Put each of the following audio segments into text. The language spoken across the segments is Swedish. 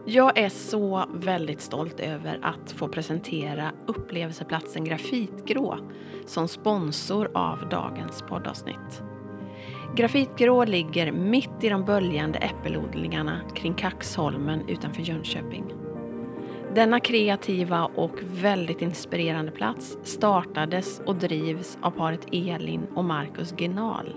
Jag är så väldigt stolt över att få presentera upplevelseplatsen Grafitgrå som sponsor av dagens poddavsnitt. Grafitgrå ligger mitt i de böljande äppelodlingarna kring Kaxholmen utanför Jönköping. Denna kreativa och väldigt inspirerande plats startades och drivs av paret Elin och Marcus Ginal.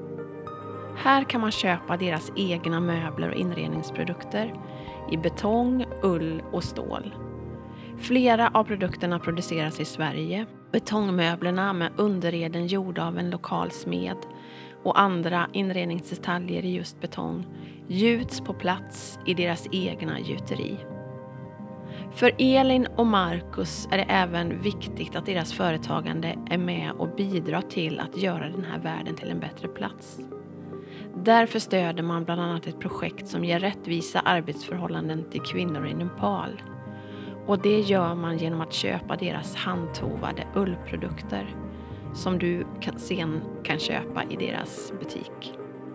Här kan man köpa deras egna möbler och inredningsprodukter i betong, ull och stål. Flera av produkterna produceras i Sverige. Betongmöblerna med underreden gjorda av en lokal smed och andra inredningsdetaljer i just betong gjuts på plats i deras egna gjuteri. För Elin och Marcus är det även viktigt att deras företagande är med och bidrar till att göra den här världen till en bättre plats. Därför stöder man bland annat ett projekt som ger rättvisa arbetsförhållanden till kvinnor i Nepal. Och det gör man genom att köpa deras handtovade ullprodukter som du sen kan köpa i deras butik.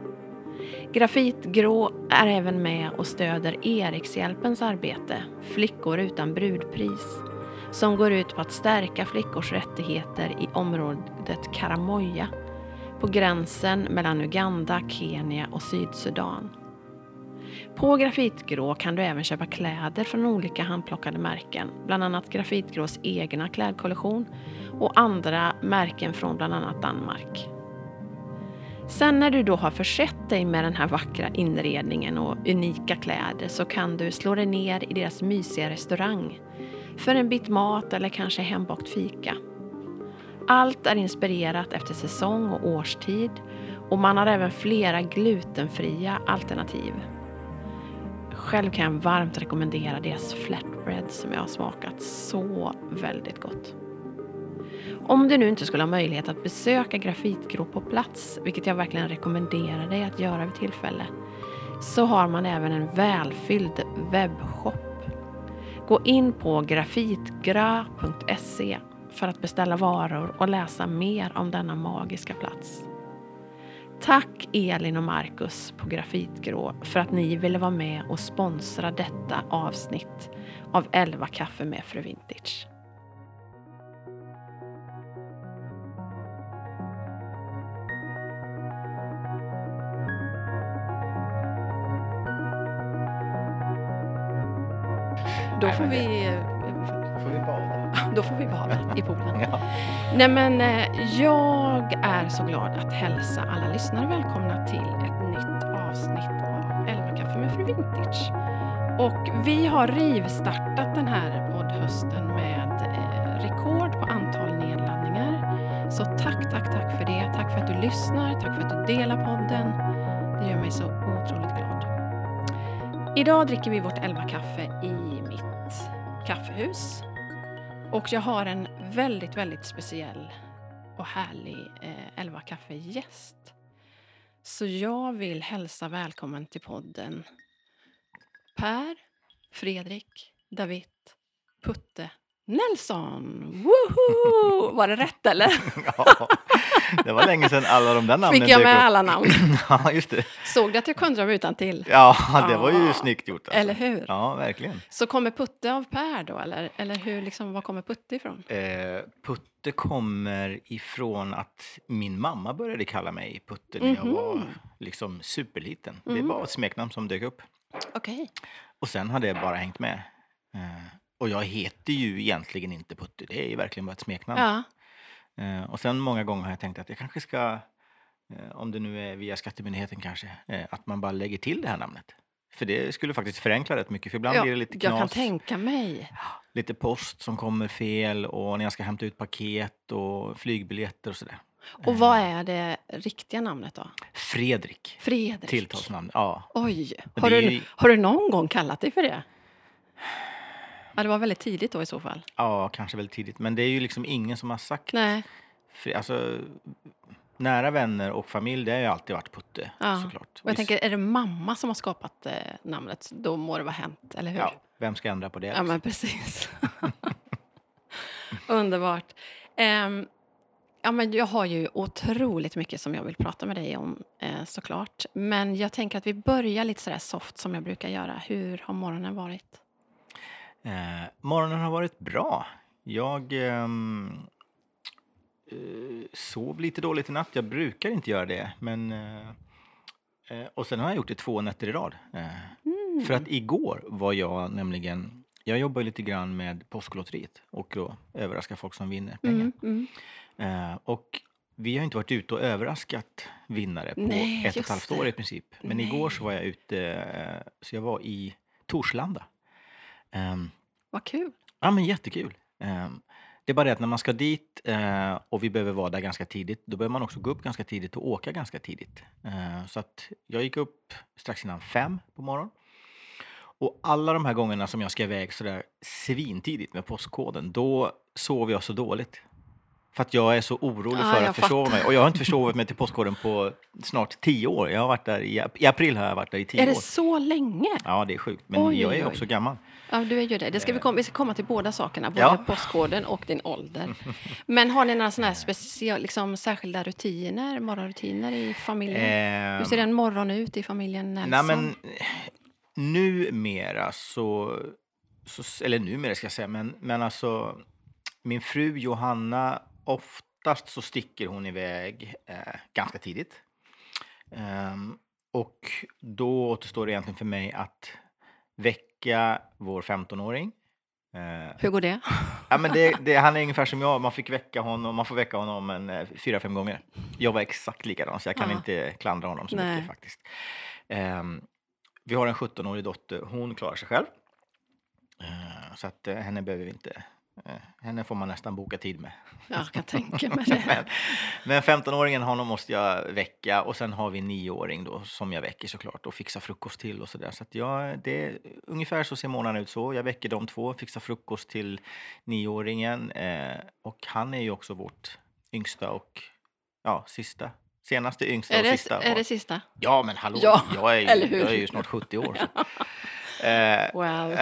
Grafitgrå är även med och stöder Erikshjälpens arbete, Flickor utan brudpris, som går ut på att stärka flickors rättigheter i området Karamoja på gränsen mellan Uganda, Kenya och Sydsudan. På Grafitgrå kan du även köpa kläder från olika handplockade märken, bland annat Grafitgrås egna klädkollektion och andra märken från bland annat Danmark. Sen när du då har försett dig med den här vackra inredningen och unika kläder så kan du slå dig ner i deras mysiga restaurang för en bit mat eller kanske hembakt fika. Allt är inspirerat efter säsong och årstid och man har även flera glutenfria alternativ. Själv kan jag varmt rekommendera deras flatbread som jag har smakat så väldigt gott. Om du nu inte skulle ha möjlighet att besöka Grafitgrå på plats, vilket jag verkligen rekommenderar dig att göra vid tillfälle, så har man även en välfylld webbshop. Gå in på grafitgra.se för att beställa varor och läsa mer om denna magiska plats. Tack Elin och Marcus på Grafitgrå för att ni ville vara med och sponsra detta avsnitt av 11 kaffe med Fru Vintage. Då får vi bada. Då får vi bada i poolen. Ja. Nej men jag är så glad att hälsa alla lyssnare välkomna till ett nytt avsnitt av 11 kaffe med Fru Vintage. Och vi har rivstartat den här poddhösten med rekord på antal nedladdningar. Så tack för det. Tack för att du lyssnar. Tack för att du delar podden. Det gör mig så otroligt glad. Idag dricker vi vårt 11 kaffe i mitt kaffehus. Och jag har en väldigt, väldigt speciell och härlig 11 kaffe-gäst. Så jag vill hälsa välkommen till podden Per, Fredrik, David, Putte, Nelson. Woho! Var det rätt eller? Ja, det var länge sedan alla de där namnen Fick jag dök med upp. alla namn? Ja, just det. Såg du att jag kunde dem utan till? Ja, det var ju snyggt gjort. Alltså. Eller hur? Ja, verkligen. Så kommer Putte av Per då? Eller hur, liksom, var kommer Putte ifrån? Putte kommer ifrån att min mamma började kalla mig Putte när jag var liksom superliten. Det var ett smeknamn som dök upp. Okej. Och sen har det bara hängt med. Och jag heter ju egentligen inte Putte. Det är ju verkligen bara ett smeknamn. Ja. Och sen många gånger har jag tänkt att jag kanske ska, om det nu är via Skattemyndigheten kanske, att man bara lägger till det här namnet. För det skulle faktiskt förenkla rätt mycket. För ibland blir det lite knas. Jag kan tänka mig. Lite post som kommer fel och när jag ska hämta ut paket och flygbiljetter och sådär. Och vad är det riktiga namnet då? Fredrik. Fredrik. Tilltalsnamn, ja. Oj, Och har du någon gång kallat dig för det? Ja, det var väldigt tidigt då i så fall. Ja, kanske väldigt tidigt. Men det är ju liksom ingen som har sagt. Nej. Alltså, nära vänner och familj, det har ju alltid varit Putte, såklart. Och jag tänker, är det mamma som har skapat namnet? Då må det vara hänt, eller hur? Ja, vem ska ändra på det? Ja, men precis. Underbart. Ja, men jag har ju otroligt mycket som jag vill prata med dig om, såklart. Men jag tänker att vi börjar lite sådär soft som jag brukar göra. Hur har morgonen varit? Morgonen har varit bra. Jag sov lite dåligt i natt. Jag brukar inte göra det. Men, och sen har jag gjort det 2 nätter i rad. För att igår var jag nämligen... Jag jobbar ju lite grann med Postkodlotteriet och då överraskar folk som vinner pengar. Och vi har inte varit ute och överraskat vinnare på Nej, 1,5 just år det. i princip. Men Nej. igår så var jag ute, så jag var i Torslanda. Vad kul. Ja, men jättekul. Det är bara det att när man ska dit och vi behöver vara där ganska tidigt, då behöver man också gå upp ganska tidigt och åka ganska tidigt. Så att jag gick upp strax innan 5 på morgonen. Och alla de här gångerna som jag ska iväg sådär svintidigt med postkoden, då sover jag så dåligt. För att jag är så orolig Ja, för jag att försova fattar. mig. Och jag har inte försovit mig till postkoden på snart 10 år. Jag har varit där i april har jag varit där i 10 Är det år. så länge? Ja, det är sjukt. Men Oj, jag oj, är oj. också gammal. Ja, du är ju det. Vi ska komma till båda sakerna, både Ja. postkoden och din ålder. Men har ni några sådana här liksom särskilda rutiner, morgonrutiner i familjen? Hur ser en morgon ut i familjen Nelson? Nej, men numera så eller numera ska jag säga, men alltså min fru Johanna, oftast så sticker hon iväg ganska tidigt. Och då återstår det egentligen för mig att väcka vår 15-åring. Hur går det? Ja, men han är ungefär som jag. Man får väcka honom 4-5 gånger. Jag var exakt likadan, så jag kan inte klandra honom så Nej. mycket faktiskt. Vi har en 17-årig dotter. Hon klarar sig själv. Så att henne behöver vi inte... henne får man nästan boka tid med. Jag kan tänka mig det. Men 15-åringen honom måste jag väcka. Och sen har vi en 9-åring då som jag väcker såklart. Och fixar frukost till och sådär. Så att ungefär så ser morgonen ut så. Jag väcker de 2, fixar frukost till 9-åringen. Och han är ju också vårt yngsta och senaste yngsta och sista barn. Är det sista? Ja, men hallå. Ja, jag eller hur? är ju snart 70 år. Så. Wow.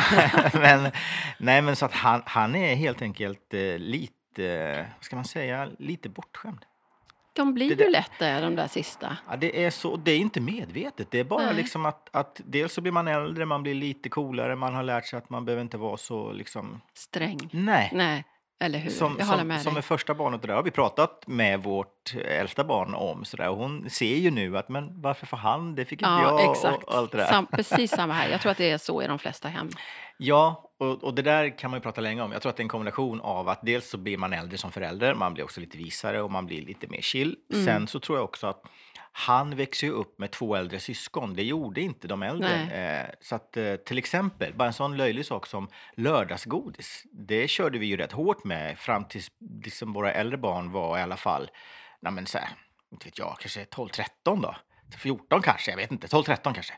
men så att han är helt enkelt lite, vad ska man säga, lite bortskämd. De blir ju lätt där, de där sista. Ja, det är inte medvetet. Det är bara Nej. liksom att dels så blir man äldre, man blir lite coolare, man har lärt sig att man behöver inte vara så liksom... Sträng. Nej. Nej, eller hur? Jag håller med Som dig. är första barnet, och där har vi pratat med vårt äldsta barn om sådär. Och hon ser ju nu att, men varför får han, det fick inte jag. Exakt. Och allt det där. Precis samma här. Jag tror att det är så i de flesta hem. Ja, och det där kan man ju prata länge om. Jag tror att det är en kombination av att dels så blir man äldre som förälder, man blir också lite visare och man blir lite mer chill. Sen så tror jag också att han växer ju upp med 2 äldre syskon. Det gjorde inte de äldre. Så att till exempel, bara en sån löjlig sak som lördagsgodis. Det körde vi ju rätt hårt med fram tills liksom våra äldre barn var i alla fall, så här, inte vet jag, kanske 12-13 då. 14 kanske, jag vet inte, 12-13 kanske.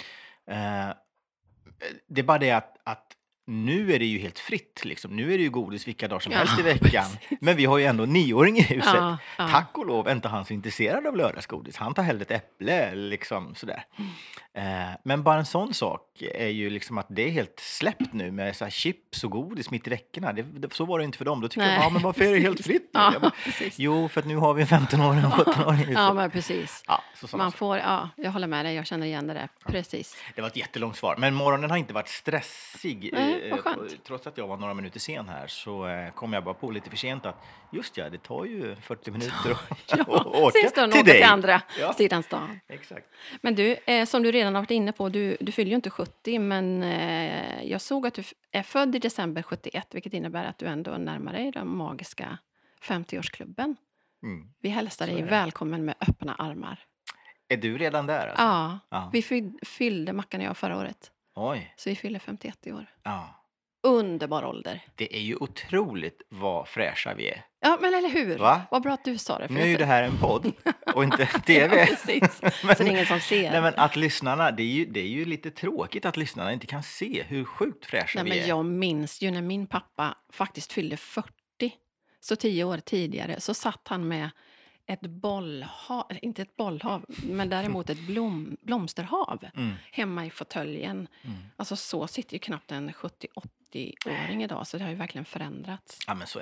Det är bara det att nu är det ju helt fritt. Liksom. Nu är det ju godis vilka dagar som helst i veckan. Precis. Men vi har ju ändå en 9-åring i huset. Ja. Tack och lov är inte han så intresserad av lördagsgodis. Han tar hellre ett äpple, liksom sådär. Men bara en sån sak är ju liksom att det är helt släppt nu med så här chips och godis mitt i veckorna. Så var det inte för dem. Då tycker jag, men varför är det helt fritt nu? Ja, precis. Jo, för att nu har vi en 15-åring och 17-åring i huset. Ja, men precis. Ja, Man får, jag håller med dig. Jag känner igen det där. Precis. Det var ett jättelångt svar. Men morgonen har inte varit stressig. Nej, vad skönt. Trots att jag var några minuter sen här så kom jag bara på lite för sent att just det tar ju 40 minuter att åka Sist till åka dig. till andra Ja. sidan stan. Exakt. Men du, som du redan har varit inne på, du fyller ju inte 70, men jag såg att du är född i december 71, vilket innebär att du ändå närmar dig den magiska 50-årsklubben. Vi hälsar dig välkommen med öppna armar. Är du redan där? Alltså? Ja, vi fyllde Mackan och jag förra året. Oj. Så vi fyller 51 år. Ja. Underbar ålder. Det är ju otroligt vad fräscha vi är. Ja, men eller hur? Va? Vad bra att du sa det. Nu är ju det här en podd och inte tv. Ja, precis. Så det är ingen som ser. Nej, men att lyssnarna, det är ju lite tråkigt att lyssnarna inte kan se hur sjukt fräscha vi är. Men jag minns ju när min pappa faktiskt fyllde 40. Så 10 år tidigare så satt han med ett bollhav, inte ett bollhav, men däremot ett blomsterhav hemma i fåtöljen. Alltså så sitter ju knappt en 70-80-åring idag, så det har ju verkligen förändrats. Ja, men så är det.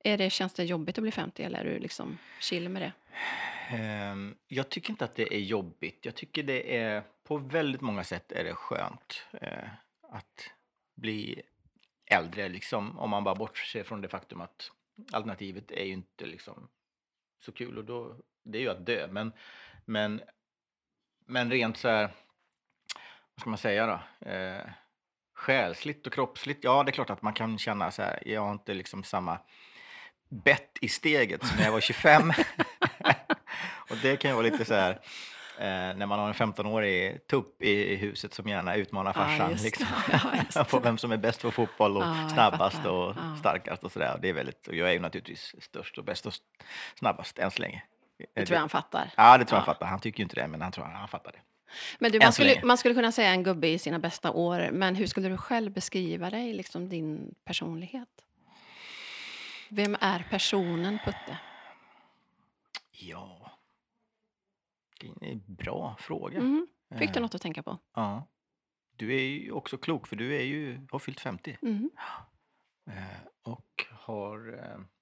Känns det jobbigt att bli 50 eller är du liksom chill med det? Jag tycker inte att det är jobbigt. Jag tycker det är, på väldigt många sätt är det skönt att bli äldre, liksom, om man bara bortser från det faktum att alternativet är ju inte liksom så kul, och då, det är ju att dö. Men, men rent så här, vad ska man säga då? Själsligt och kroppsligt, ja, det är klart att man kan känna så här, jag har inte liksom samma bett i steget som när jag var 25. Och det kan ju vara lite så här, när man har en 15-årig tupp i huset som gärna utmanar farsan just det. liksom, Ja, just det. på vem som är bäst på fotboll och Ja, jag snabbast fattar. och Ja. starkast och sådär. Och det är väldigt, och jag är ju naturligtvis störst och bäst och snabbast än så länge. Det tror jag han fattar. Ja, det tror jag Ja. han fattar. Han tycker ju inte det, men han tror han fattar det. Men du, Än så länge. man skulle kunna säga en gubbe i sina bästa år, men hur skulle du själv beskriva dig, liksom din personlighet? Vem är personen Putte? Ja, det är en bra fråga. Mm. Fick du Eh, något att tänka på? Ja. Du är ju också klok, för du har fyllt 50. Mm. Och har...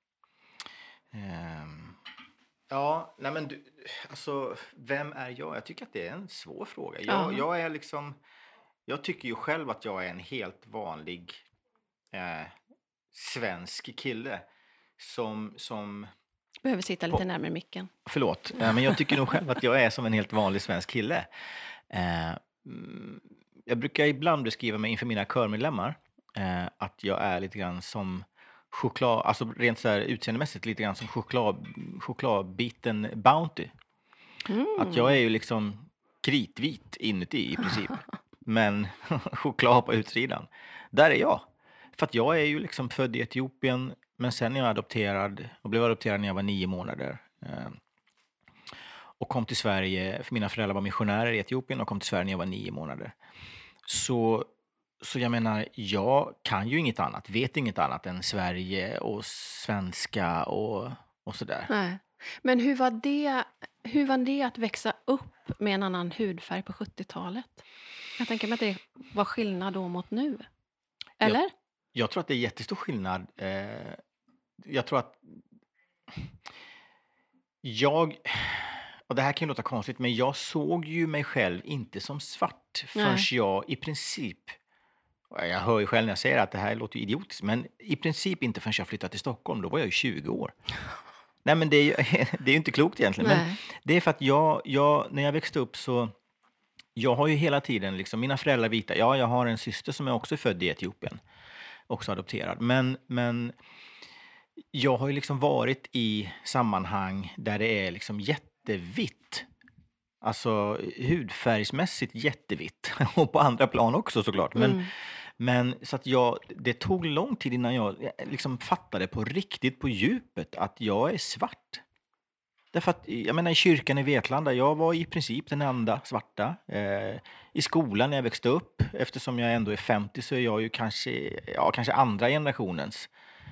ja, nej men du, alltså, vem är jag? Jag tycker att det är en svår fråga. Ja. Jag är liksom... Jag tycker ju själv att jag är en helt vanlig svensk kille som Behöver sitta lite närmare micken. Förlåt, men jag tycker nog själv att jag är som en helt vanlig svensk kille. Jag brukar ibland beskriva mig inför mina körmedlemmar att jag är lite grann som choklad, alltså rent så här utseendemässigt lite grann som chokladbiten Bounty. Att jag är ju liksom kritvit inuti i princip, men choklad på utsidan. Där är jag. För att jag är ju liksom född i Etiopien, men sen är jag adopterad och blev adopterad när jag var 9 månader. Och kom till Sverige, för mina föräldrar var missionärer i Etiopien och kom till Sverige när jag var 9 månader. Så jag menar, jag kan ju inget annat, vet inget annat än Sverige och svenska och sådär. Nej. Men hur var det att växa upp med en annan hudfärg på 70-talet? Jag tänker mig att det var skillnad då mot nu. Eller? Jag tror att det är jättestor skillnad. Jag tror att och det här kan ju låta konstigt, men jag såg ju mig själv inte som svart förrän Nej. jag i princip, och jag hör ju själv när jag säger att det här låter ju idiotiskt, men i princip inte förrän jag flyttade till Stockholm, då var jag ju 20 år. Nej, men det är ju inte klokt egentligen, men Nej. det är för att jag när jag växte upp så, jag har ju hela tiden liksom, mina föräldrar är vita, jag har en syster som är också född i Etiopien, också adopterad, men jag har ju liksom varit i sammanhang där det är liksom jättevitt. Alltså hudfärgsmässigt jättevitt. Och på andra plan också såklart. Men så att det tog lång tid innan jag liksom fattade på riktigt, på djupet, att jag är svart. Därför att, jag menar, i kyrkan i Vetlanda, jag var i princip den enda svarta. I skolan när jag växte upp, eftersom jag ändå är 50, så är jag ju kanske andra generationens.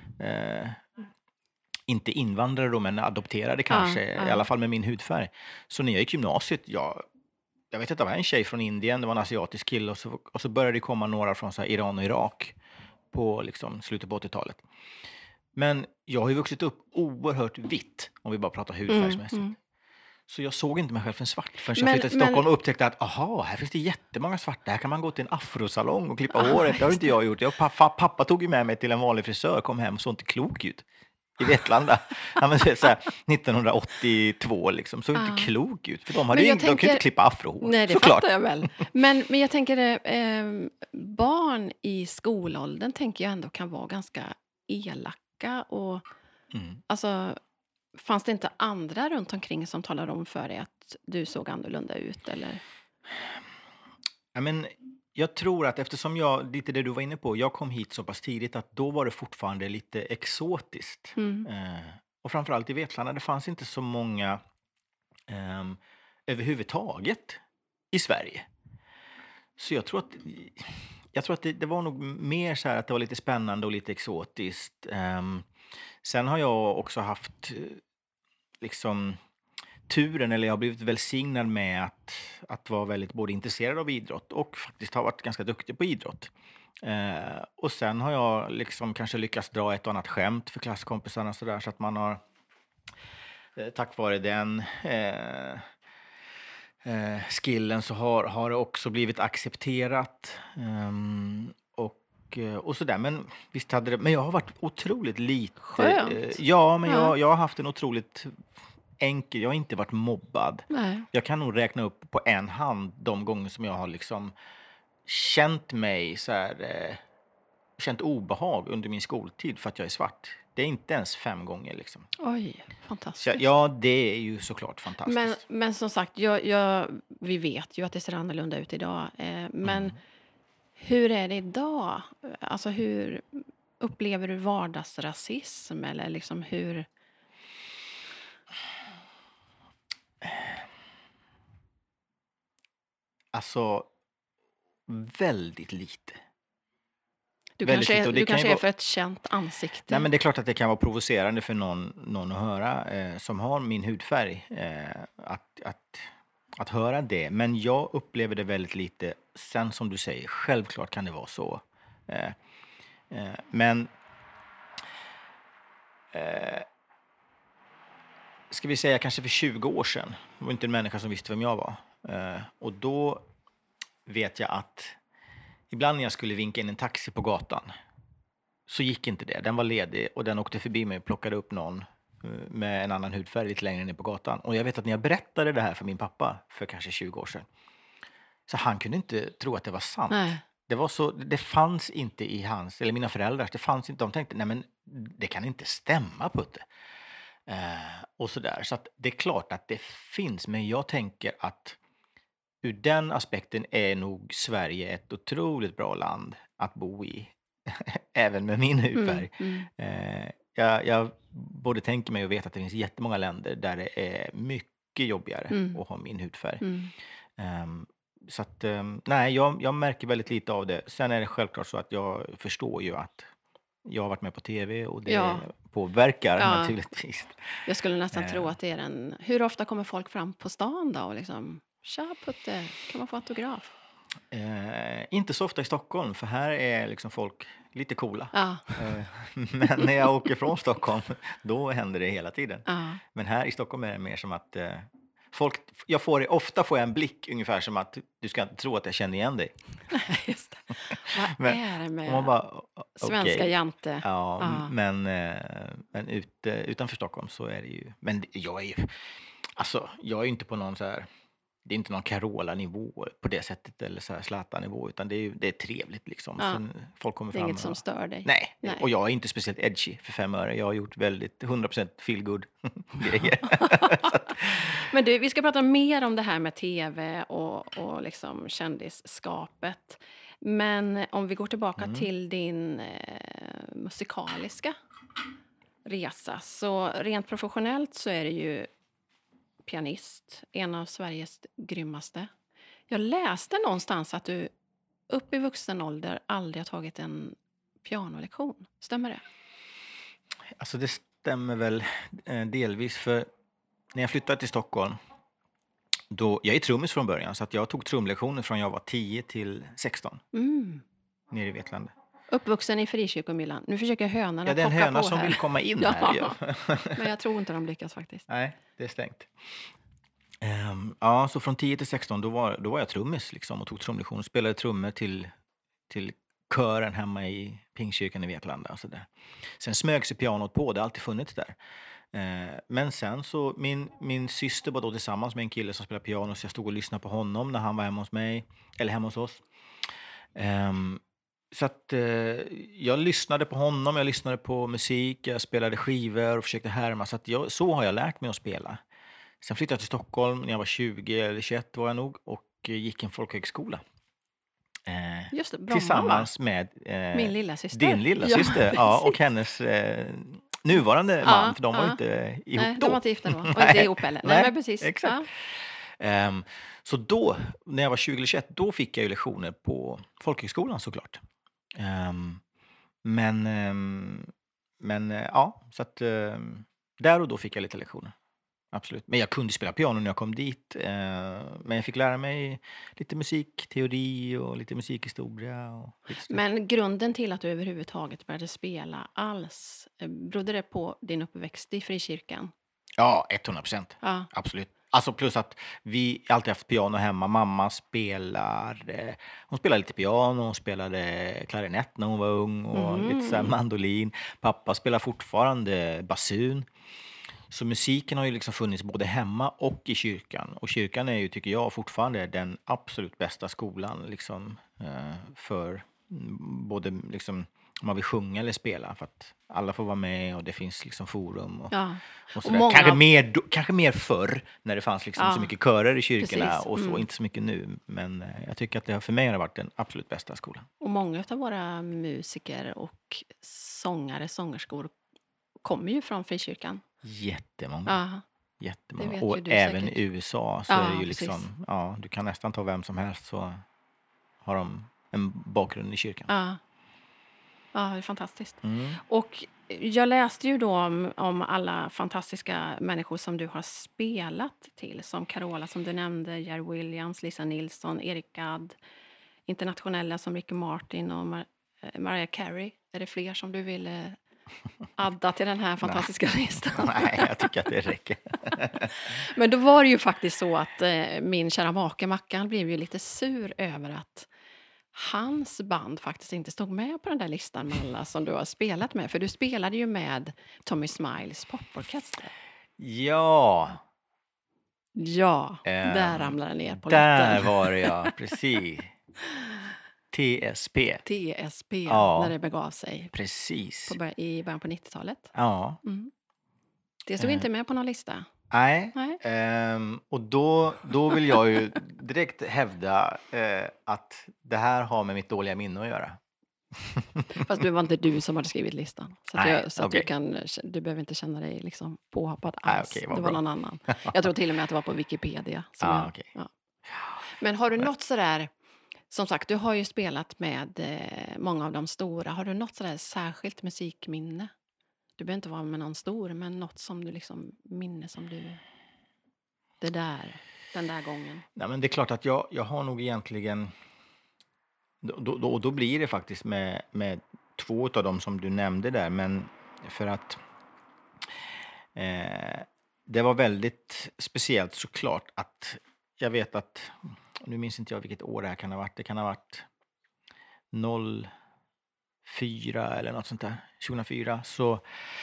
Inte invandrare då, men adopterade kanske, Ja. i alla fall med min hudfärg. Så när jag gick gymnasiet, jag vet att det var en tjej från Indien, det var en asiatisk kille, och så började det komma några från så här Iran och Irak på liksom slutet på 80-talet. Men jag har ju vuxit upp oerhört vitt, om vi bara pratar hudfärgsmässigt. Så jag såg inte mig själv som svart förrän jag flyttade till Stockholm och upptäckte att här finns det jättemånga svarta. Här kan man gå till en afrosalong och klippa håret. Det har inte jag gjort. Pappa tog ju med mig till en vanlig frisör, kom hem och såg inte klok ut. I Vetlanda. Så här, 1982 liksom. Såg inte klok ut. För de kunde ju inte klippa afrohår. Nej, det såklart. fattar jag väl. Men jag tänker, barn i skolåldern tänker jag ändå kan vara ganska elaka. Och, alltså, fanns det inte andra runt omkring som talade om för dig att du såg annorlunda ut? Eller? Ja, men jag tror att eftersom lite det du var inne på, jag kom hit så pass tidigt att då var det fortfarande lite exotiskt. Och framförallt i Vetlanda, det fanns inte så många överhuvudtaget i Sverige. Så jag tror att det var nog mer så här att det var lite spännande och lite exotiskt. Sen har jag också haft liksom turen, eller jag har blivit välsignad med att vara väldigt både intresserad av idrott och faktiskt har varit ganska duktig på idrott. Och sen har jag liksom kanske lyckats dra ett och annat skämt för klasskompisarna så där, så att man har tack vare den skillen så har det också blivit accepterat. Och sådär. Men visst hade det, men jag har varit otroligt lite. Skönt. Ja, men Ja. jag har haft en otroligt enkel, jag har inte varit mobbad. Nej. Jag kan nog räkna upp på en hand de gånger som jag har liksom känt mig så här, känt obehag under min skoltid för att jag är svart. Det är inte ens 5 gånger liksom. Oj, Så, fantastiskt. ja, det är ju såklart fantastiskt. Men som sagt, vi vet ju att det ser annorlunda ut idag. Men hur är det idag? Alltså hur upplever du vardagsrasism? Eller liksom hur... Alltså, väldigt lite. Du Väldigt kanske lite, och är, det du kan ju kanske är vara- för ett känt ansikte. Nej, men det är klart att det kan vara provocerande för någon att höra som har min hudfärg. Att höra det. Men jag upplever det väldigt lite. Sen som du säger, självklart kan det vara så. Men ska vi säga kanske för 20 år sedan. Det var inte en människa som visste vem jag var. Och då vet jag att ibland när jag skulle vinka in en taxi på gatan så gick inte det. Den var ledig och den åkte förbi mig och plockade upp någon med en annan hudfärg lite längre ner på gatan. Och jag vet att när jag berättade det här för min pappa för kanske 20 år sedan, så han kunde inte tro att det var sant. Nej. Det var så, det fanns inte i hans, eller mina föräldrars, det fanns inte, de tänkte, nej men det kan inte stämma, Putte. Och sådär. Så att det är klart att det finns, men jag tänker att ur den aspekten är nog Sverige ett otroligt bra land att bo i. Även med min hudfärg. Jag både tänker mig och vet att det finns jättemånga länder där det är mycket jobbigare att ha min hudfärg. Så att, nej, jag märker väldigt lite av det. Sen är det självklart så att jag förstår ju att jag har varit med på tv och det Ja. påverkar Ja. naturligtvis. Jag skulle nästan tro att det är en... Hur ofta kommer folk fram på stan då och liksom... Tja Putte, kan man få autograf? Inte så ofta i Stockholm, för här är liksom folk lite coola. Ja. Men när jag åker från Stockholm, då händer det hela tiden. Ja. Men här i Stockholm är det mer som att folk, ofta får jag en blick ungefär som att du ska inte tro att jag känner igen dig. Just det. Vad Men- är det Och med man bara, svenska okej. jante? Ja, Ja. men utanför Stockholm så är det ju, men jag är ju inte på någon så här, det är inte någon Carola-nivå på det sättet eller så här Zlatan-nivå, utan det är trevligt liksom. Ja. Sen folk kommer Det är fram inget som och, stör dig? nej, Nej. och jag är inte speciellt edgy för 5 öre. Jag har gjort väldigt 100% feel good grejer. Men du, vi ska prata mer om det här med tv och liksom kändisskapet. Men om vi går tillbaka till din musikaliska resa. Så rent professionellt så är det ju pianist, en av Sveriges grymmaste. Jag läste någonstans att du upp i vuxen ålder aldrig har tagit en pianolektion. Stämmer det? Alltså det stämmer väl delvis, för när jag flyttade till Stockholm, jag är trummis från början, så att jag tog trumlektioner från jag var 10 till 16 nere i Vetlanda. Uppvuxen i Frikyrkomyllan. Nu försöker hönorna Ja, det är en pocka höna på som här. vill komma in Ja. här. Ja. Men jag tror inte de lyckas faktiskt. Nej, det är stängt. Ja, så från 10 till 16 då var jag trummis liksom, och tog trumlektioner. Spelade trummor till kören hemma i Pingstkyrkan i Vetlanda och sådär. Sen smög sig pianot på, det har alltid funnits där. Men sen så, min syster var då tillsammans med en kille som spelade piano, så jag stod och lyssnade på honom när han var hemma hos mig, eller hemma hos oss. Så att jag lyssnade på honom, jag lyssnade på musik, jag spelade skivor och försökte härma. Så att så har jag lärt mig att spela. Sen flyttade jag till Stockholm när jag var 20 eller 21 var jag nog, och gick en folkhögskola. Just det, Bromma, Tillsammans med Min lilla syster. din lilla Ja, syster, ja, och hennes nuvarande man, för de var ja. inte ihop Nej, då. de var inte gifta då. Och inte ihop heller. Nej, men precis. Exakt. Ja. Så då, när jag var 20 eller 21, då fick jag ju lektioner på folkhögskolan såklart. Men ja, så att där och då fick jag lite lektioner. absolut. Men jag kunde spela piano när jag kom dit. Men jag fick lära mig lite musikteori och lite musikhistoria. Och lite sådär. Men grunden till att du överhuvudtaget började spela alls, berodde det på din uppväxt i frikyrkan? Ja, 100%. Ja. Absolut. Alltså plus att vi alltid haft piano hemma. Mamma hon spelade lite piano, hon spelade klarinett när hon var ung och lite så här mandolin. Pappa spelar fortfarande basun. Så musiken har ju liksom funnits både hemma och i kyrkan. Och kyrkan är ju, tycker jag, fortfarande den absolut bästa skolan liksom, för både liksom, om man vill sjunga eller spela. För att alla får vara med och det finns liksom forum och, Ja. och sådär. många- Kanske mer förr när det fanns liksom Ja, så mycket körer i kyrkorna precis. och så, inte så mycket nu. Men jag tycker att det för mig har varit den absolut bästa skolan. Och många av våra musiker och sångerskor kommer ju från frikyrkan. Jättemånga. Ja. Jättemånga. Det vet Och ju du även säkert. i USA så Ja, är det ju precis. liksom, ja, du kan nästan ta vem som helst så har de en bakgrund i kyrkan. Ja. Ja, det är fantastiskt. Mm. Och jag läste ju då om alla fantastiska människor som du har spelat till. Som Carola som du nämnde, Jerry Williams, Lisa Nilsson, Eric Gadd. Internationella som Ricky Martin och Mariah Carey. Är det fler som du vill adda till den här fantastiska listan? Nej, jag tycker att det räcker. Men då var det ju faktiskt så att min kära make Mackan blev ju lite sur över att hans band faktiskt inte stod med på den där listan med alla som du har spelat med. För du spelade ju med Tommy Smiles poporkester. Ja, Ja, där ramlade den ner på där latten. var det ja, precis. TSP, TSP, Ja. när det begav sig precis. i början på 90-talet. Ja, Det stod inte med på någon lista. nej. Nej. Och då vill jag ju direkt hävda att det här har med mitt dåliga minne att göra. Fast det var inte du som hade skrivit listan. Så att, Nej, så att okej. du behöver inte känna dig liksom påhoppad Nej, alls. okej, vad det var bra. någon annan. Jag tror till och med att det var på Wikipedia. Som Ja, jag, okej. ja. Men har du något sådär, som sagt, du har ju spelat med många av de stora. Har du något sådär särskilt musikminne? Du behöver inte vara med någon stor, men något som du liksom minne som du... Den där gången. Nej, men det är klart att jag har nog egentligen... Då blir det faktiskt med två av dem som du nämnde där. Men för att det var väldigt speciellt såklart att jag vet att... Nu minns inte jag vilket år det här kan ha varit. Det kan ha varit 04 eller något sånt där. 2004. Så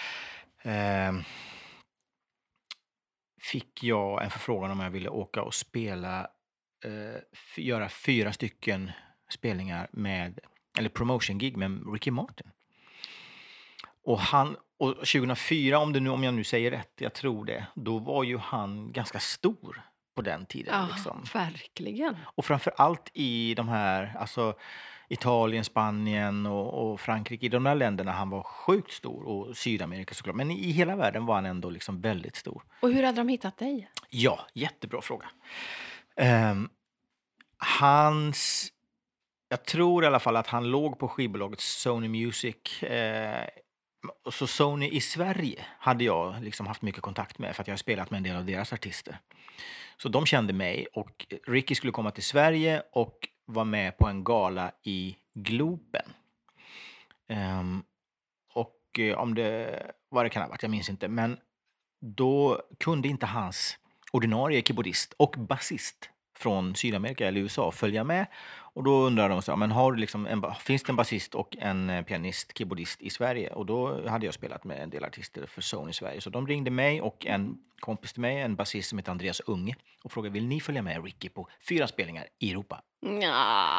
fick jag en förfrågan om jag ville åka och spela, göra 4 stycken spelningar eller promotion gig med Ricky Martin. Och 2004, om jag nu säger rätt, jag tror det, då var ju han ganska stor på den tiden. Ja, Liksom. verkligen. Och framför allt i de här, alltså Italien, Spanien och Frankrike, i de där länderna han var sjukt stor, och Sydamerika såklart. Men i hela världen var han ändå liksom väldigt stor. Och hur hade de hittat dig? Ja, jättebra fråga. Jag tror i alla fall att han låg på skivbolaget Sony Music. Så Sony i Sverige hade jag liksom haft mycket kontakt med, för att jag har spelat med en del av deras artister. Så de kände mig, och Ricky skulle komma till Sverige och vara med på en gala i Globen. Vad det kan ha varit, jag minns inte. Men då kunde inte hans ordinarie keyboardist och basist från Sydamerika eller USA följa med. Och då undrade de så, men har du liksom finns det en basist och en pianist, keyboardist i Sverige? Och då hade jag spelat med en del artister för Sony i Sverige. Så de ringde mig och en kompis till mig, en basist som heter Andreas Unge, och frågade, vill ni följa med Ricky på 4 spelningar i Europa? Ja.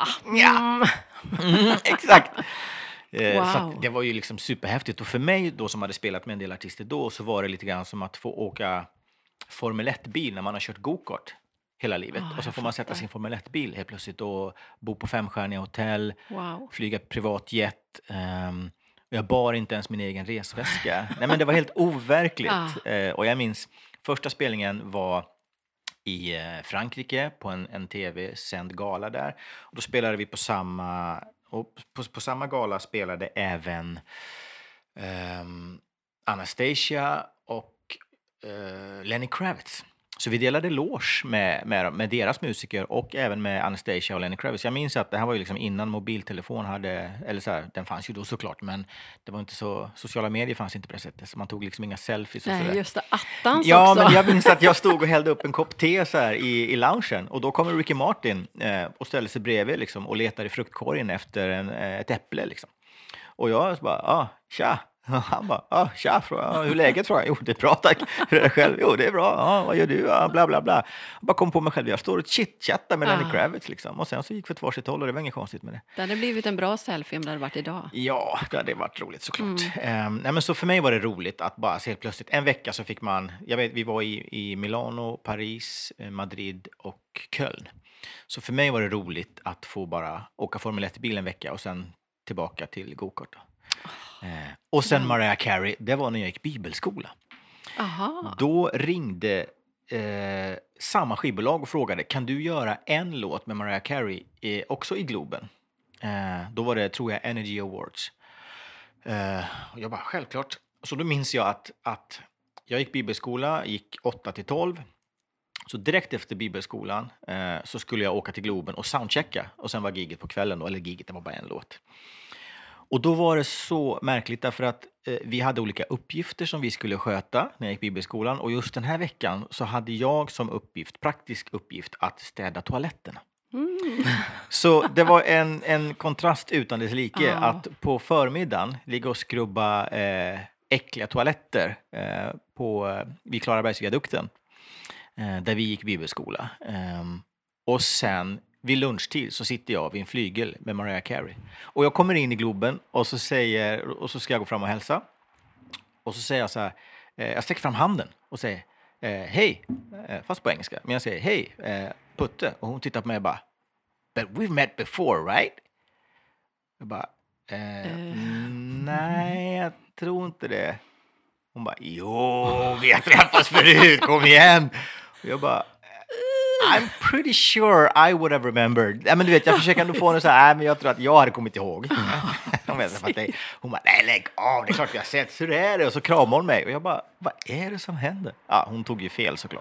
Exakt. Wow. Så att det var ju liksom superhäftigt. Och för mig då, som hade spelat med en del artister då, så var det lite grann som att få åka Formel 1-bil när man har kört go-kart hela livet. Och så får man sätta sin Formel 1-bil helt plötsligt och bo på 5-stjärniga hotell, Wow. flyga privatjet. Jag bar inte ens min egen resväska. Nej, men det var helt overkligt. Och jag minns, första spelningen var i Frankrike på en tv-sänd gala där. Och då spelade vi på samma gala spelade även Anastasia och Lenny Kravitz. Så vi delade loge med deras musiker och även med Anastasia och Lenny Kravitz. Jag minns att det här var ju liksom innan mobiltelefon hade, eller så här, den fanns ju då såklart, men det var inte så, sociala medier fanns inte på det sättet, så man tog liksom inga selfies och sådär. Nej, just det, attans Ja, också. men jag minns att jag stod och hällde upp en kopp te så här i loungen, och då kommer Ricky Martin och ställer sig bredvid liksom, och letar i fruktkorgen efter ett äpple liksom. Och jag bara, tja. Han bara, tja, hur är läget? Fråga. Jo, det är bra, tack. Hur är det själv? Jo, det är bra. Vad gör du? Bla, bla, bla. Jag bara kom på mig själv. Jag står och chitchattar med Lenny Kravitz liksom. Och sen så gick vi åt varsitt håll, och det var inget konstigt med det. Det hade blivit en bra selfie om det hade varit idag. Ja, det hade varit roligt såklart. Nej, men så för mig var det roligt att bara helt plötsligt, en vecka så fick man, jag vet, vi var i Milano, Paris, Madrid och Köln. Så för mig var det roligt att få bara åka Formel 1 i bil en vecka och sen tillbaka till go-kart. Och sen Mariah Carey, det var när jag gick bibelskola. Aha. Då ringde samma skivbolag och frågade, kan du göra en låt med Mariah Carey också i Globen? Då var det, tror jag, Energy Awards. Och jag bara, självklart. Så då minns jag att jag gick bibelskola, gick 8-12. Så direkt efter bibelskolan så skulle jag åka till Globen och soundchecka. Och sen var giget på kvällen då, eller giget, det var bara en låt. Och då var det så märkligt därför att vi hade olika uppgifter som vi skulle sköta när jag gick bibelskolan. Och just den här veckan så hade jag som praktisk uppgift att städa toaletterna. Så det var en kontrast utan dess like att på förmiddagen ligga och skrubba äckliga toaletter vid Klarabergsviadukten där vi gick bibelskola. Och sen vid lunchtid så sitter jag vid en flygel med Mariah Carey. Och jag kommer in i Globen och så ska jag gå fram och hälsa. Och så säger jag så här, jag sträcker fram handen och säger hej, fast på engelska. Men jag säger hej, Putte. Och hon tittar på mig och bara, but we've met before, right? Jag bara, nej, jag tror inte det. Hon bara, jo, vi har träffats förut, kom igen. Och jag bara, I'm pretty sure I would have remembered. Ja, men du vet, jag försöker ändå få henne så här, men jag tror att jag hade kommit ihåg. Hon bara, nej, lägg av, det är klart vi har sett, hur är det? Och så kramade hon mig, och jag bara, vad är det som händer? Ja, hon tog ju fel såklart.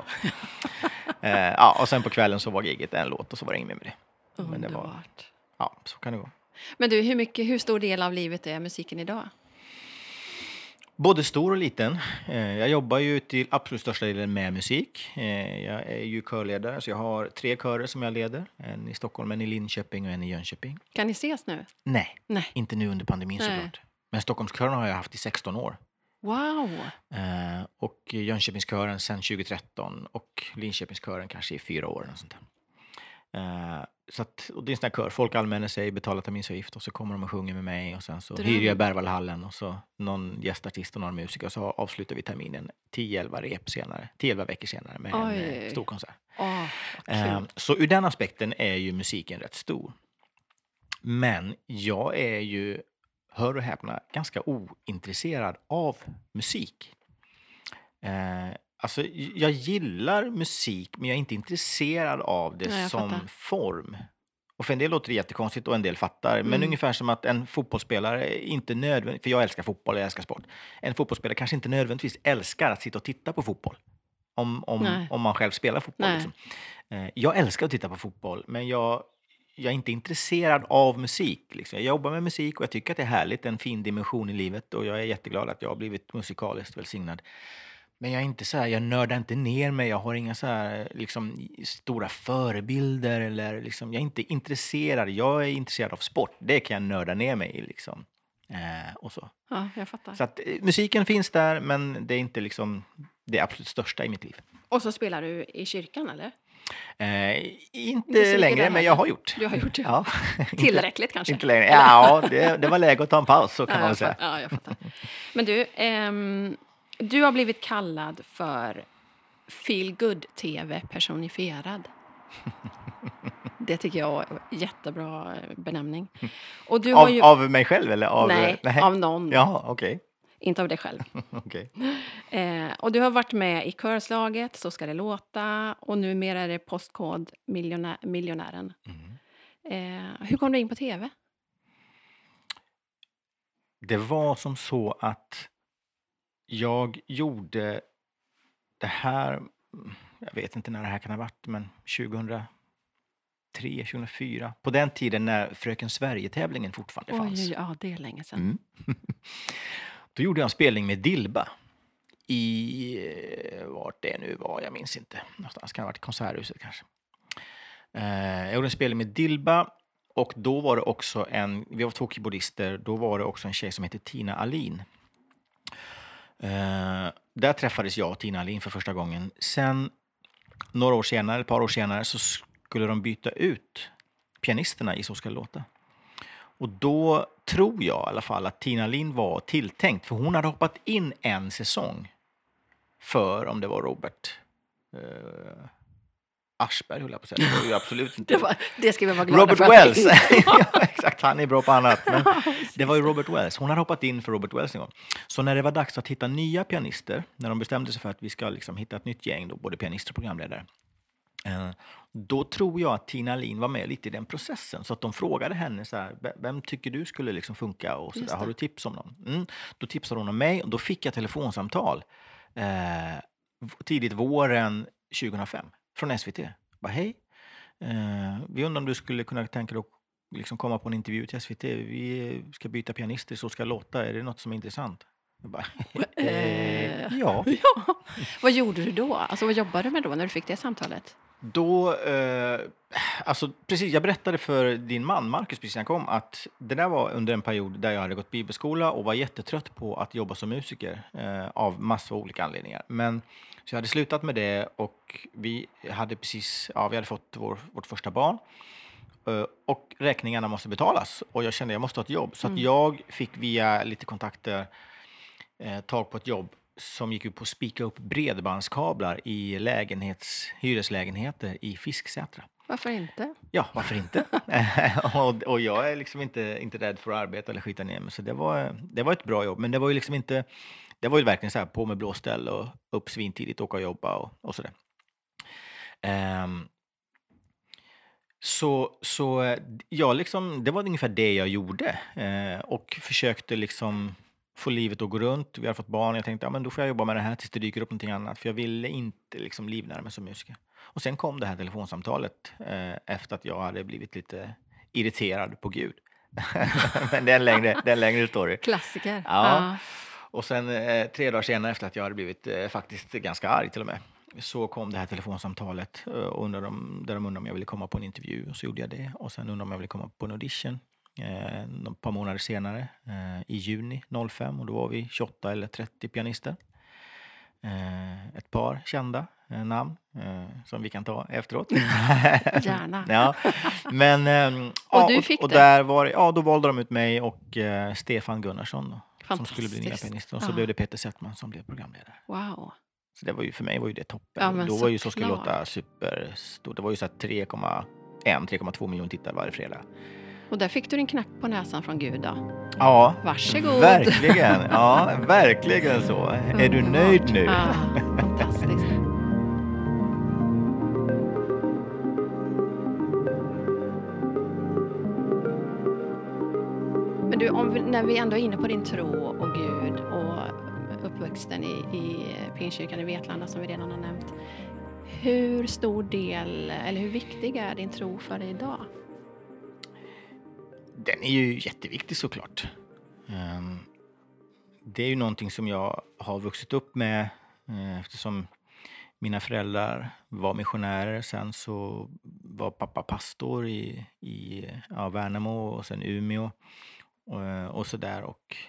Och sen på kvällen så var giget en låt, och så var det inget med det. Men det var, ja, så kan det gå. Men du, hur stor del av livet är musiken idag? Både stor och liten. Jag jobbar ju till absolut största delen med musik. Jag är ju körledare, så jag har 3 körer som jag leder. En i Stockholm, en i Linköping och en i Jönköping. Kan ni ses nu? Nej. Inte nu under pandemin såklart. Men Stockholmskören har jag haft i 16 år. Wow! Och Jönköpingskören sedan 2013 och Linköpingskören kanske i 4 år. Och sånt där. Så att, och det är en sån här kör, folk anmäler sig, betalar terminsavgift och så kommer de och sjunger med mig, och sen så hyr jag Berwaldhallen och så någon gästartist och någon musiker, och så avslutar vi terminen 10-11 veckor senare med en stor konsert. Så ur den aspekten är ju musiken rätt stor. Men jag är ju, hör och häpna, ganska ointresserad av musik. Alltså, jag gillar musik, men jag är inte intresserad av det som form. Och för en del låter det jättekonstigt och en del fattar. Men ungefär som att en fotbollsspelare inte nödvändigtvis, för jag älskar fotboll och jag älskar sport. En fotbollsspelare kanske inte nödvändigtvis älskar att sitta och titta på fotboll. Om man själv spelar fotboll. Liksom. Jag älskar att titta på fotboll, men jag är inte intresserad av musik. Liksom. Jag jobbar med musik och jag tycker att det är härligt, en fin dimension i livet. Och jag är jätteglad att jag har blivit musikaliskt välsignad. Men jag är inte så här, jag nördar inte ner mig. Jag har inga så här liksom stora förebilder eller liksom, jag är inte intresserad. Jag är intresserad av sport. Det kan jag nörda ner mig i liksom. Och så. Ja, jag fattar. Så att musiken finns där, men det är inte liksom det absolut största i mitt liv. Och så spelar du i kyrkan, eller? Inte längre, men jag har gjort. Du har gjort det. Ja. Tillräckligt kanske. Inte längre. Ja, det var läge att ta en paus, så kan man väl säga. Ja, jag fattar. Men du, du har blivit kallad för Feel Good TV personifierad. Det tycker jag är en jättebra benämning. Och du har ju... Av mig själv eller av... Nej, av någon. Ja, okej. Inte av dig själv. Okej. Och du har varit med i körslaget, Så ska det låta. Och numera är det Postkod miljonären. Hur kom du in på tv? Det var som så att jag gjorde det här, jag vet inte när det här kan ha varit, men 2003, 2004. På den tiden när Fröken Sverige-tävlingen fortfarande fanns. Ja, det är länge sedan. Mm. Då gjorde jag en spelning med Dilba vart det nu var, jag minns inte. Någonstans kan det ha varit i Konserthuset kanske. Jag gjorde en spelning med Dilba och då var det också vi var 2 keyboardister, då var det också en tjej som heter Tina Alin. Där träffades jag och Tina Alin för första gången. Sen ett par år senare så skulle de byta ut pianisterna i Så ska det låta. Och då tror jag i alla fall att Tina Alin var tilltänkt, för hon hade hoppat in en säsong för, om det var Robert Aschberg, höll jag på att säga. Det var ju absolut inte. Det ska vi vara glada Robert för. Wells. Ja, exakt, han är bra på annat. Men det var ju Robert Wells. Hon hade hoppat in för Robert Wells en gång. Så när det var dags att hitta nya pianister, när de bestämde sig för att vi ska liksom hitta ett nytt gäng, då, både pianister och programledare, då tror jag att Tina Alin var med lite i den processen. Så att de frågade henne så här, vem tycker du skulle liksom funka? Och så där, har du tips om någon? Då tipsade hon om mig och då fick jag telefonsamtal tidigt våren 2005 från SVT. Bara, hej, vi undrar om du skulle kunna tänka dig att liksom komma på en intervju till SVT. Vi ska byta pianister, Så ska det låta. Är det något som är intressant? Jag bara, ja. Vad gjorde du då? Alltså vad jobbade du med då när du fick det samtalet? Då, alltså precis, jag berättade för din man Marcus precis när jag kom att det där var under en period där jag hade gått bibelskola och var jättetrött på att jobba som musiker av massor av olika anledningar. Men så jag hade slutat med det och vi hade fått vårt första barn och räkningarna måste betalas och jag kände att jag måste ha ett jobb. Så att jag fick via lite kontakter tag på ett jobb som gick ut på att spika upp bredbandskablar i hyreslägenheter i Fisksätra. Varför inte? Ja, varför inte? och jag är liksom inte rädd för att arbeta eller skita ner mig. Så det var ett bra jobb. Men det var ju liksom inte, det var ju verkligen så här på med blåställ och upp svintidigt, åka och jobba och sådär. Så jag liksom, det var ungefär det jag gjorde. Och försökte liksom få livet att gå runt. Vi har fått barn. Jag tänkte, men då får jag jobba med det här tills det dyker upp någonting annat. För jag ville inte liksom livnära mig som musiker. Och sen kom det här telefonsamtalet efter att jag hade blivit lite irriterad på Gud. Men det är en längre story. Klassiker. Ja. Och sen 3 dagar senare efter att jag hade blivit faktiskt ganska arg till och med, så kom det här telefonsamtalet där de undrade om jag ville komma på en intervju. Och så gjorde jag det. Och sen undrade om jag ville komma på en audition ett par månader senare i juni 05. Och då var vi 28 eller 30 pianister. Ett par kända namn som vi kan ta efteråt. Gärna. Ja. Men och du fick och det? Där då valde de ut mig och Stefan Gunnarsson då, som skulle bli nya pianister. Och så blev det Peter Settman som blev programledare. Wow. Så det var ju, för mig var ju det toppen. Ja, men då var ju Så ska det såklart. låta superstort. Det var ju så att 3,2 miljoner tittare varje fredag. Och där fick du din knack på näsan från Gud då. Ja, Varsågod. verkligen. Ja, verkligen så. Är du nöjd nu? Ja, fantastiskt. Men du, när vi ändå är inne på din tro och Gud och uppväxten i Pingstkyrkan i Vetlanda som vi redan har nämnt. Hur stor del, eller hur viktig är din tro för dig idag? Den är ju jätteviktig såklart. Det är ju någonting som jag har vuxit upp med eftersom mina föräldrar var missionärer. Sen så var pappa pastor i Värnamo och sen Umeå och sådär.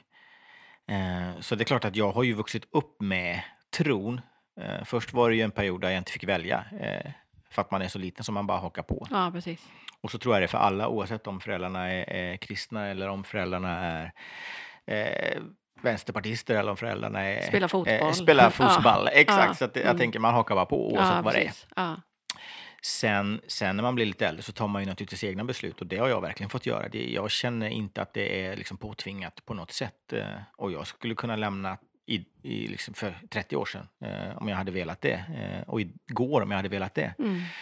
Så det är klart att jag har ju vuxit upp med tron. Först var det ju en period där jag inte fick välja för att man är så liten som man bara hakar på. Ja, precis. Och så tror jag det för alla, oavsett om föräldrarna är kristna eller om föräldrarna är vänsterpartister eller om föräldrarna är spelar fotboll. Exakt, så att jag tänker man hakar bara på oavsett vad det är. Ja. Sen när man blir lite äldre så tar man ju naturligtvis egna beslut och det har jag verkligen fått göra. Jag känner inte att det är liksom påtvingat på något sätt och jag skulle kunna lämna liksom för 30 år sedan om jag hade velat det och igår om jag hade velat det.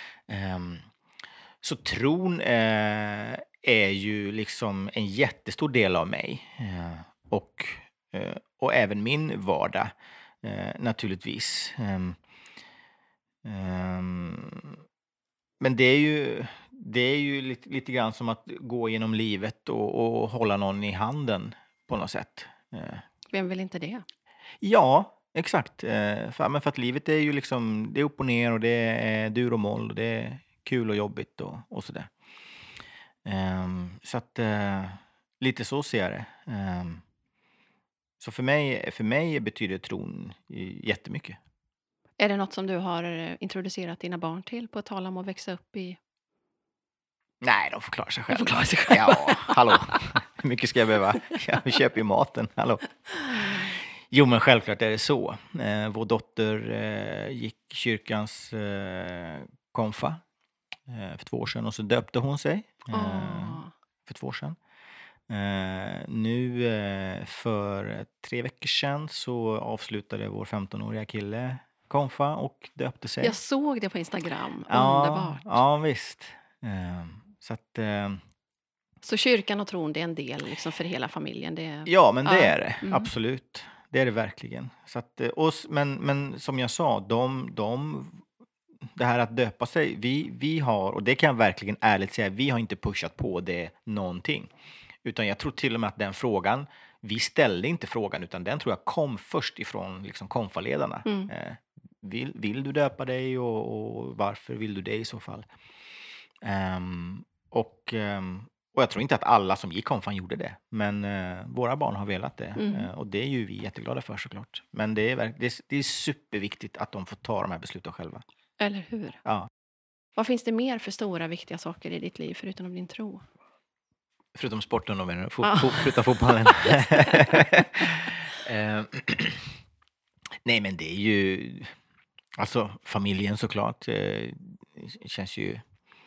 Så tron är ju liksom en jättestor del av mig och även min vardag naturligtvis. Ehm, men det är ju lite grann som att gå genom livet och hålla någon i handen på något sätt. Vem vill inte det? Ja, exakt. För att livet är ju liksom, det är upp och ner och det är dur och moll och det är kul och jobbigt och sådär. Så att lite så ser jag det. Så för mig betyder tron jättemycket. Är det något som du har introducerat dina barn till på att tala om att växa upp i? Nej, de får klara sig De själva. får klara sig själva. Ja, hallå. Hur mycket ska jag behöva? Jag köper ju maten, hallå. Jo, men självklart är det så. Vår dotter gick kyrkans konfa för 2 år sedan och så döpte hon sig för 2 år sedan. Nu för 3 veckor sedan så avslutade vår 15-åriga kille konfa och döpte sig. Jag såg det på Instagram. Ja, Underbart. ja visst. Så att, Så kyrkan och tron, det är en del liksom för hela familjen. ja, men det Ja. är det. Absolut. Det är det verkligen. Så att, men som jag sa, det här att döpa sig, vi har, och det kan jag verkligen ärligt säga, vi har inte pushat på det någonting. Utan jag tror till och med att den frågan, vi ställde inte frågan, utan den tror jag kom först ifrån liksom konfaledarna. Vill du döpa dig och varför vill du det i så fall? Och jag tror inte att alla som gick konfan gjorde det. Men våra barn har velat det. Och det är ju vi jätteglada för såklart. Men det är superviktigt att de får ta de här besluten själva. Eller hur? Ja. Vad finns det mer för stora viktiga saker i ditt liv förutom din tro? Förutom sporten och menar förutom fotbollen. Nej, men det är ju alltså familjen såklart. Känns ju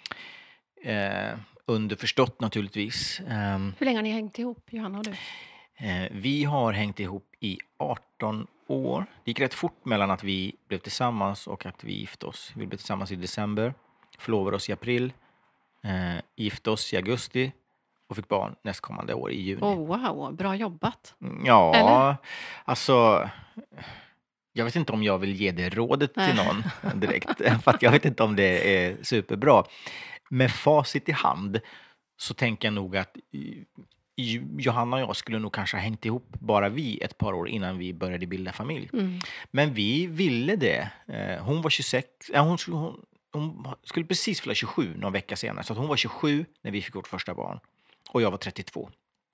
underförstått naturligtvis. Hur länge har ni hängt ihop, Johanna och du? Vi har hängt ihop i 18 år. Det gick rätt fort mellan att vi blev tillsammans och att vi gifte oss. Vi blev tillsammans i december, förlovade oss i april, gifte oss i augusti och fick barn nästkommande år i juni. Wow, bra jobbat. Ja, Eller? alltså jag vet inte om jag vill ge det rådet till någon direkt. För att jag vet inte om det är superbra. Med facit i hand så tänker jag nog att Johanna och jag skulle nog kanske ha hängt ihop bara vi ett par år innan vi började bilda familj. Men vi ville det. Hon var 26. Hon skulle precis fylla 27 någon vecka senare. Så att hon var 27 när vi fick vårt första barn. Och jag var 32.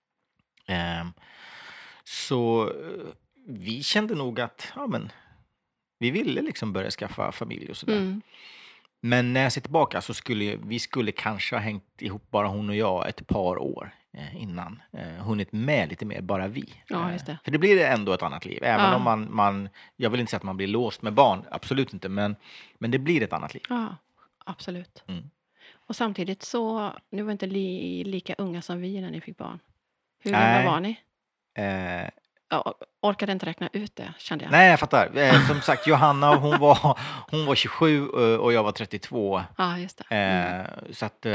Så vi kände nog att vi ville liksom börja skaffa familj och sådär. Men när jag ser tillbaka så skulle kanske ha hängt ihop bara hon och jag ett par år innan. Hunnit med lite mer, bara vi. Ja, just det. För det blir ändå ett annat liv. Även om man, jag vill inte säga att man blir låst med barn, absolut inte. Men det blir ett annat liv. Ja, absolut. Och samtidigt så, nu var inte lika unga som vi när ni fick barn. Hur gamla var ni? Jag orkade inte räkna ut det, kände jag. Nej, jag fattar. Som sagt, Johanna hon var 27 och jag var 32. Ja, just det. Så att,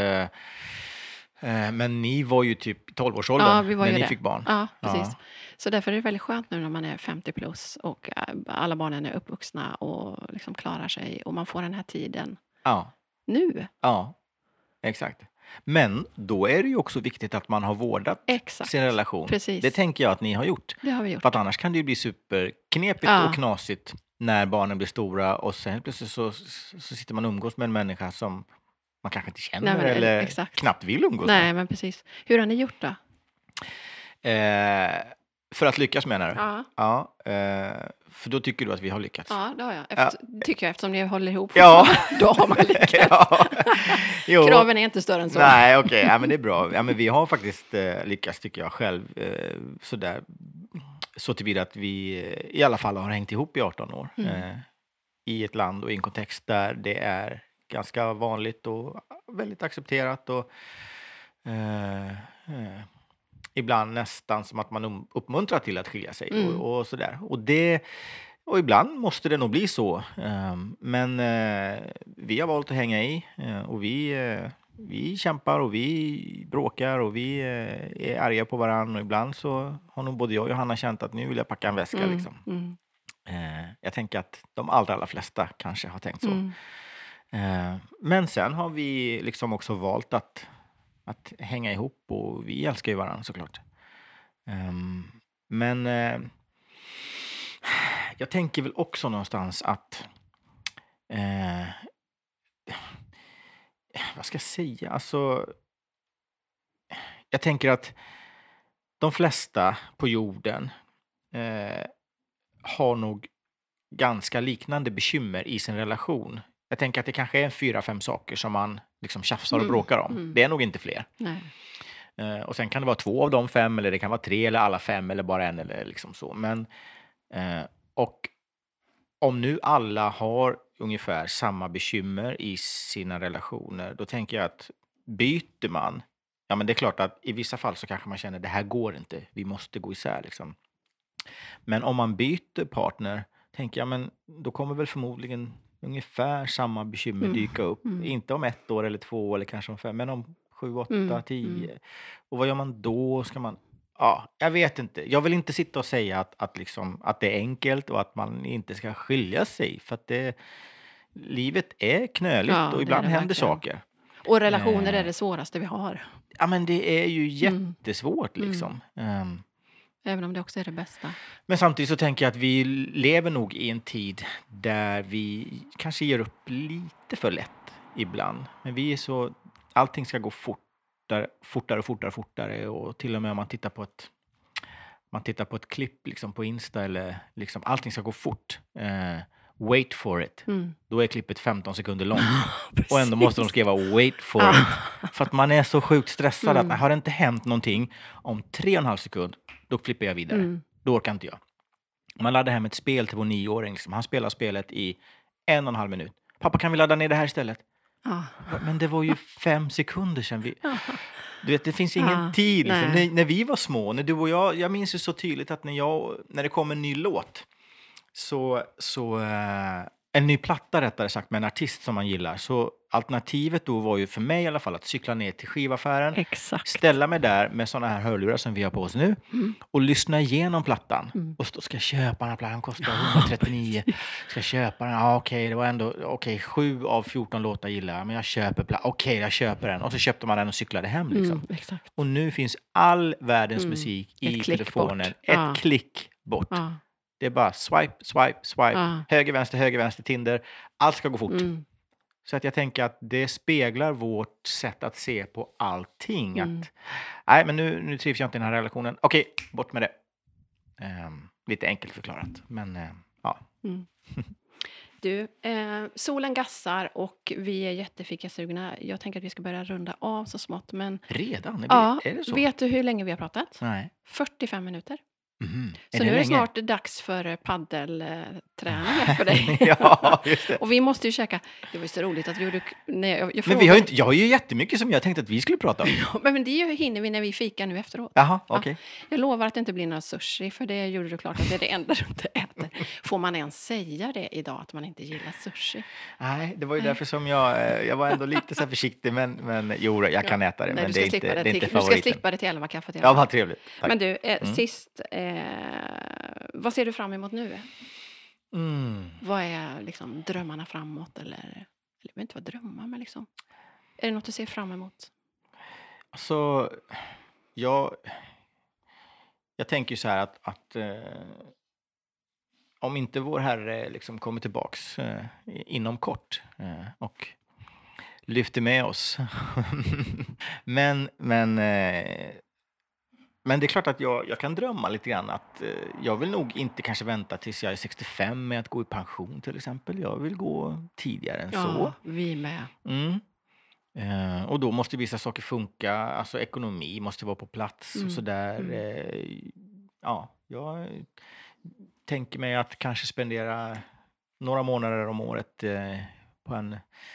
men ni var ju typ 12-årsåldern när ni fick barn. Ja, precis. Så därför är det väldigt skönt nu när man är 50 plus och alla barnen är uppvuxna och liksom klarar sig och man får den här tiden nu. Ja, exakt. Men då är det ju också viktigt att man har vårdat sin relation. Precis. Det tänker jag att ni har gjort. Det har vi gjort. För att annars kan det ju bli superknepigt och knasigt när barnen blir stora och sen plötsligt så sitter man och umgås med en människa som man kanske inte känner eller knappt vill umgås med. Nej, men precis. Hur har ni gjort då? För att lyckas menar du? Ja. För då tycker du att vi har lyckats? Ja, det har jag. Tycker jag, eftersom ni håller ihop. Ja. Då har man lyckats. Kraven är inte större än så. Nej, okej. Ja, men det är bra. Ja, men vi har faktiskt lyckats tycker jag själv. Sådär. Så tillvida att vi i alla fall har hängt ihop i 18 år. I ett land och i en kontext där det är ganska vanligt och väldigt accepterat. Och ibland nästan som att man uppmuntrar till att skilja sig och sådär. Och ibland måste det nog bli så. Men vi har valt att hänga i och vi kämpar och vi bråkar och vi är arga på varandra. Och ibland så har nog både jag och Johanna känt att nu vill jag packa en väska. Liksom. Jag tänker att de allra flesta kanske har tänkt så. Mm. Men sen har vi liksom också valt att hänga ihop, och vi älskar ju varandra såklart. Men jag tänker väl också någonstans att eh, vad ska jag säga? Alltså, jag tänker att de flesta på jorden eh, har nog ganska liknande bekymmer i sin relation. Jag tänker att det kanske är 4-5 saker som man liksom tjafsar och bråkar om. Det är nog inte fler. Nej. Och sen kan det vara 2 av de 5, eller det kan vara 3 eller alla 5 eller bara en eller liksom så. Men och om nu alla har ungefär samma bekymmer i sina relationer, då tänker jag att byter man, ja men det är klart att i vissa fall så kanske man känner det här går inte, vi måste gå isär liksom. Men om man byter partner, tänker jag, men då kommer väl förmodligen ungefär samma bekymmer dyka upp. Inte om 1 år eller 2 eller kanske om 5, men om 7, 8, 10. Och vad gör man då? Ska man... Ja, jag vet inte. Jag vill inte sitta och säga att det är enkelt och att man inte ska skilja sig. För att livet är knöligt Ja, och det är ibland det händer verkligen. saker. Och relationer är det svåraste vi har. Ja, men det är ju jättesvårt liksom. Även om det också är det bästa. Men samtidigt så tänker jag att vi lever nog i en tid där vi kanske ger upp lite för lätt ibland. Men vi är så... Allting ska gå fortare. Och till och med om man tittar på ett klipp liksom på Insta, eller liksom allting ska gå fort. Wait for it. Då är klippet 15 sekunder långt. Och ändå måste de skriva wait for it. För att man är så sjukt stressad att har det inte hänt någonting om 3,5 sekund, då klipper jag vidare. Då orkar inte jag. Man laddar hem ett spel till vår 9-åring. Liksom. Han spelar spelet i 1,5 minut. Pappa, kan vi ladda ner det här istället? Men det var ju 5 sekunder sedan vi... Du vet, det finns ingen tid. Liksom. När vi var små, när du och jag minns ju så tydligt att när det kom en ny låt, så en ny platta rättare sagt med en artist som man gillar, så alternativet då var ju för mig i alla fall att cykla ner till skivaffären, Exakt. ställa mig där med såna här hörlurar som vi har på oss nu och lyssna igenom plattan. Och så ska jag köpa den här plattan, kostar 139. Ska jag köpa den? Ja, okej, det var ändå 7 av 14 låtar gillar jag, men jag köper plattan. Okej, jag köper den. Och så köpte man den och cyklade hem liksom. Exakt. Och nu finns all världens musik i telefonen. Ett klick bort. Det är bara swipe. Höger, vänster, Tinder. Allt ska gå fort. Så att jag tänker att det speglar vårt sätt att se på allting. Att, nej, men nu trivs jag inte i den här relationen. Okej, bort med det. Lite enkelt förklarat. Men ja. Du, solen gassar och vi är jättefikasugna. Jag tänker att vi ska börja runda av så smått. Men... Redan? Är det så? Vet du hur länge vi har pratat? Nej. 45 minuter. Är Så nu är det länge? snart dags för paddelträning för dig. Ja, just det. Och vi måste ju käka. Det var ju så roligt att vi gjorde... Men jag har ju jättemycket som jag tänkte att vi skulle prata om. Men det hinner vi när vi fikar nu efteråt. Jaha, okej. Jag lovar att det inte blir några sushi, för det gjorde du klart att det är det enda du inte äter. Får man ens säga det idag, att man inte gillar sushi? Nej, det var ju därför som jag var ändå lite så här försiktig, men jo, jag kan äta det. Nej, men det är inte favoriten. Du ska slippa det till 11 kaffet. Ja, vad trevligt. Tack. Men du, sist, vad ser du fram emot nu? Vad är liksom drömmarna framåt? Eller jag vet inte vad drömmar, men liksom, är det något du ser fram emot? Alltså, jag tänker ju så här att om inte vår Herre liksom kommer tillbaks inom kort och lyfter med oss. Men det är klart att jag kan drömma lite grann att jag vill nog inte kanske vänta tills jag är 65 med att gå i pension till exempel. Jag vill gå tidigare än så. Ja, vi med. Och då måste vissa saker funka. Alltså ekonomi måste vara på plats och sådär. Ja, jag tänker mig att kanske spendera några månader om året på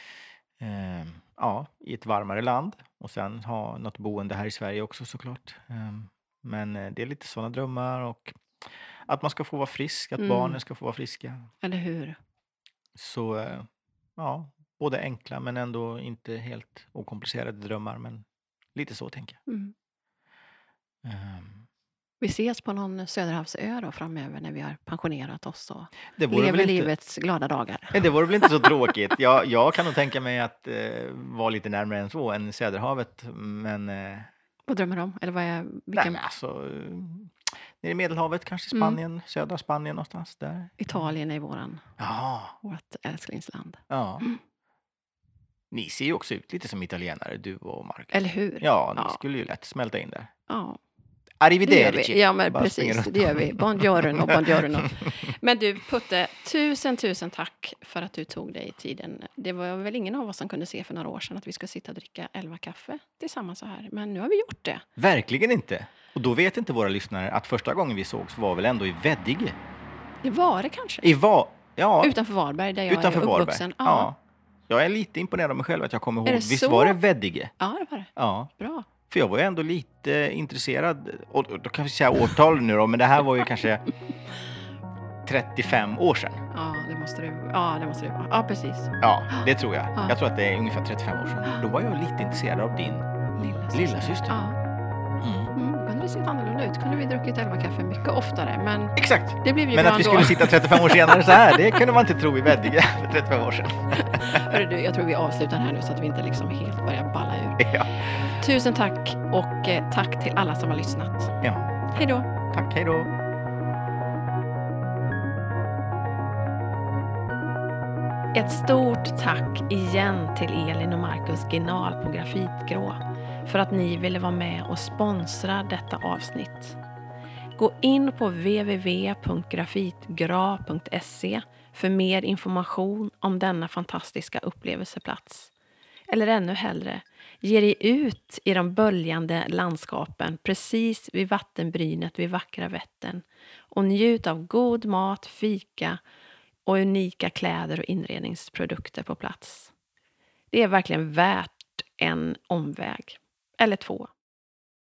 i ett varmare land. Och sen ha något boende här i Sverige också såklart. Men det är lite sådana drömmar, och att man ska få vara frisk, att barnen ska få vara friska. Eller hur? Så både enkla men ändå inte helt okomplicerade drömmar, men lite så tänker jag. Vi ses på någon Söderhavsö då framöver när vi har pensionerat oss och Det vore lever väl inte, livets glada dagar. det vore väl inte så tråkigt. Jag kan nog tänka mig att vara lite närmare än så, än Söderhavet. Men Vad drömmer du om? Eller vad är, nej, vilken, men alltså, nere i Medelhavet, kanske Spanien, södra Spanien någonstans där. Italien är Ja, vårt älsklingsland. ja. Ni ser ju också ut lite som italienare, du och Marcus. Eller hur? Ja, ni Ja. skulle ju lätt smälta in där. Ja, det gör Arrivederci. vi. Ja, men Bara springer precis. runt. Det gör vi. Buongiorno, buongiorno. Men du, Putte, tusen tack för att du tog dig tiden. Det var väl ingen av oss som kunde se för några år sedan att vi ska sitta och dricka 11 kaffe tillsammans så här. Men nu har vi gjort det. Verkligen inte. Och då vet inte våra lyssnare att första gången vi sågs var väl ändå i Veddige. Det var det kanske. Ja, Utanför Varberg, där jag utanför är uppvuxen. Varberg. Ja. Jag är lite imponerad av mig själv att jag kommer ihåg. Är det Visst så? var det Veddige? Ja, det var det. Ja. Bra. För jag var ju ändå lite intresserad. Och då kan vi säga årtal nu då. Men det här var ju kanske 35 år sedan. Ja, det måste det vara. Ja, precis. Ja, det tror jag. Ja. Jag tror att det är ungefär 35 år sedan. Då var jag lite intresserad av din lilla syster. Ja. Då kunde det sett annorlunda ut. Kunde vi druckit 11 kaffe mycket oftare. Men Exakt. det blev ju Men bra att vi ändå. skulle sitta 35 år senare så här, det kunde man inte tro i Veddige för 35 år sedan. Hörru du, jag tror vi avslutar här nu så att vi inte liksom helt börjar balla ur. Ja. Tusen tack och tack till alla som har lyssnat. Ja. Hej då! Tack, hej då. Ett stort tack igen till Elin och Marcus Ginal på Grafitgrå för att ni ville vara med och sponsra detta avsnitt. Gå in på www.grafitgra.se för mer information om denna fantastiska upplevelseplats. Eller ännu hellre, ge dig ut i de böljande landskapen precis vid vattenbrynet vid vackra Vättern och njut av god mat, fika och unika kläder och inredningsprodukter på plats. Det är verkligen värt en omväg, eller 2.